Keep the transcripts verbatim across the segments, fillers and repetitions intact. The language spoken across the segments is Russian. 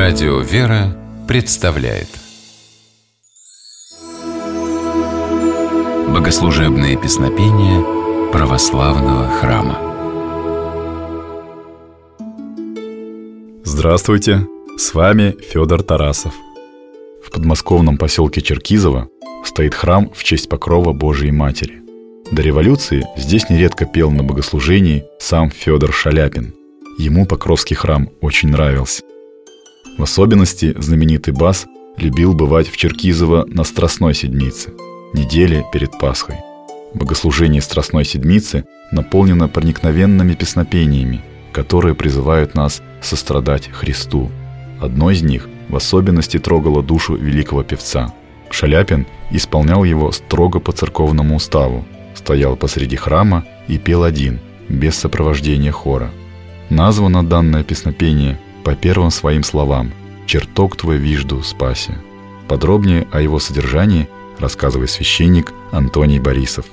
Радио «Вера» представляет богослужебные песнопения православного храма. Здравствуйте, с вами Федор Тарасов. В подмосковном поселке Черкизово стоит храм в честь Покрова Божией Матери. До революции здесь нередко пел на богослужении сам Федор Шаляпин. Ему Покровский храм очень нравился. В особенности знаменитый бас любил бывать в Черкизово на Страстной Седмице, неделе перед Пасхой. Богослужение Страстной Седмицы наполнено проникновенными песнопениями, которые призывают нас сострадать Христу. Одно из них в особенности трогало душу великого певца. Шаляпин исполнял его строго по церковному уставу, стоял посреди храма и пел один, без сопровождения хора. Названо данное песнопение по первым своим словам «Чертог твой вижду, спаси». Подробнее о его содержании рассказывает священник Антоний Борисов.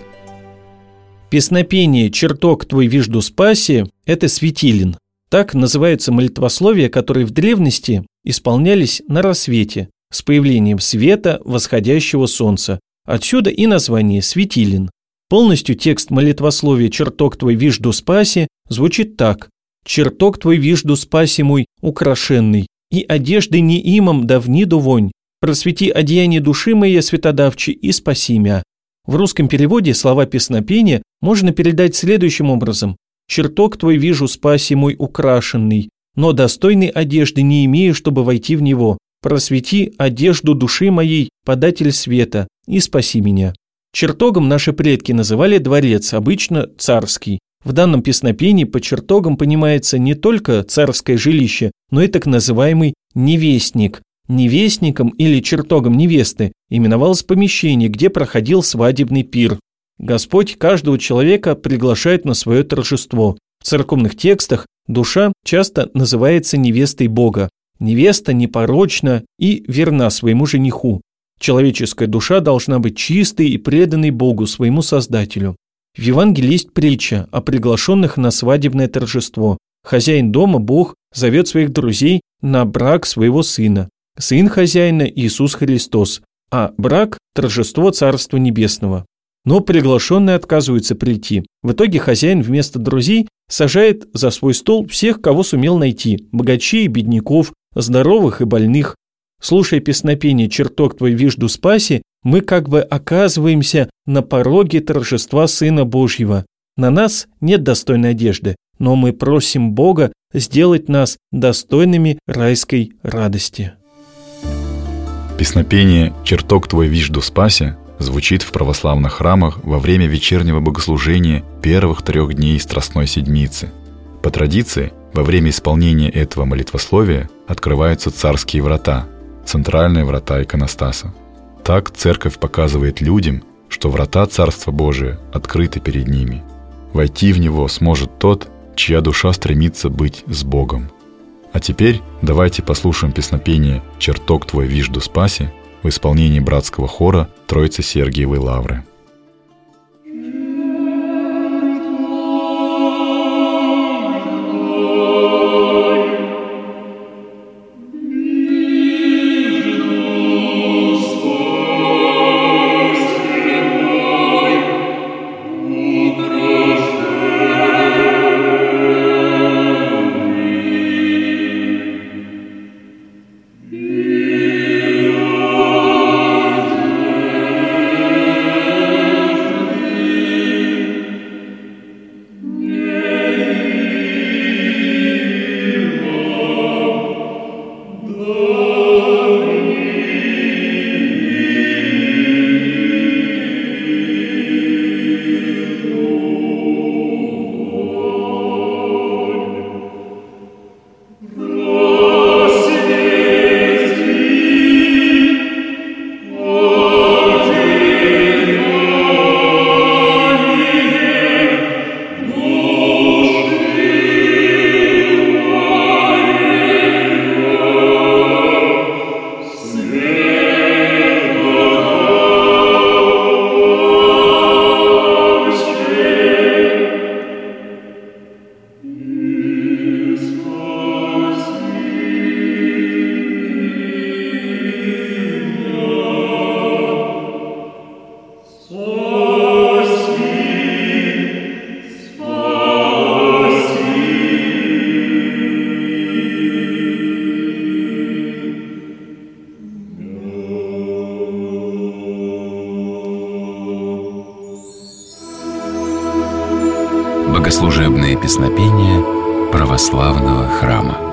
Песнопение «Чертог твой вижду, спаси» – это светилин. Так называются молитвословия, которые в древности исполнялись на рассвете с появлением света восходящего солнца. Отсюда и название «светилин». Полностью текст молитвословия «Чертог твой вижду, спаси» звучит так: «Чертог твой вижду, спаси мой украшенный, и одежды не имам давниду вонь. Просвети одеяние души моей светодавчи и спаси мя». В русском переводе слова песнопения можно передать следующим образом: «Чертог твой вижу, спаси мой украшенный, но достойной одежды не имею, чтобы войти в него. Просвети одежду души моей, податель света, и спаси меня». Чертогом наши предки называли дворец, обычно царский. В данном песнопении под чертогом понимается не только царское жилище, но и так называемый невестник. Невестником или чертогом невесты именовалось помещение, где проходил свадебный пир. Господь каждого человека приглашает на свое торжество. В церковных текстах душа часто называется невестой Бога. Невеста непорочна и верна своему жениху. Человеческая душа должна быть чистой и преданной Богу, своему Создателю. В Евангелии есть притча о приглашенных на свадебное торжество. Хозяин дома, Бог, зовет своих друзей на брак своего сына. Сын хозяина – Иисус Христос, а брак – торжество Царства Небесного. Но приглашенные отказываются прийти. В итоге хозяин вместо друзей сажает за свой стол всех, кого сумел найти – богачей и бедняков, здоровых и больных. Слушая песнопение «Чертог твой вижду, спаси», мы как бы оказываемся на пороге торжества Сына Божьего. На нас нет достойной одежды, но мы просим Бога сделать нас достойными райской радости. Песнопение «Чертог твой вижду, спаси» звучит в православных храмах во время вечернего богослужения первых трех дней Страстной Седмицы. По традиции, во время исполнения этого молитвословия открываются царские врата, центральные врата иконостаса. Так церковь показывает людям, что врата Царства Божия открыты перед ними. Войти в него сможет тот, чья душа стремится быть с Богом. А теперь давайте послушаем песнопение «Чертог твой вижду, спаси» в исполнении братского хора Троицы Сергиевой Лавры. Yeah. Богослужебные песнопения православного храма.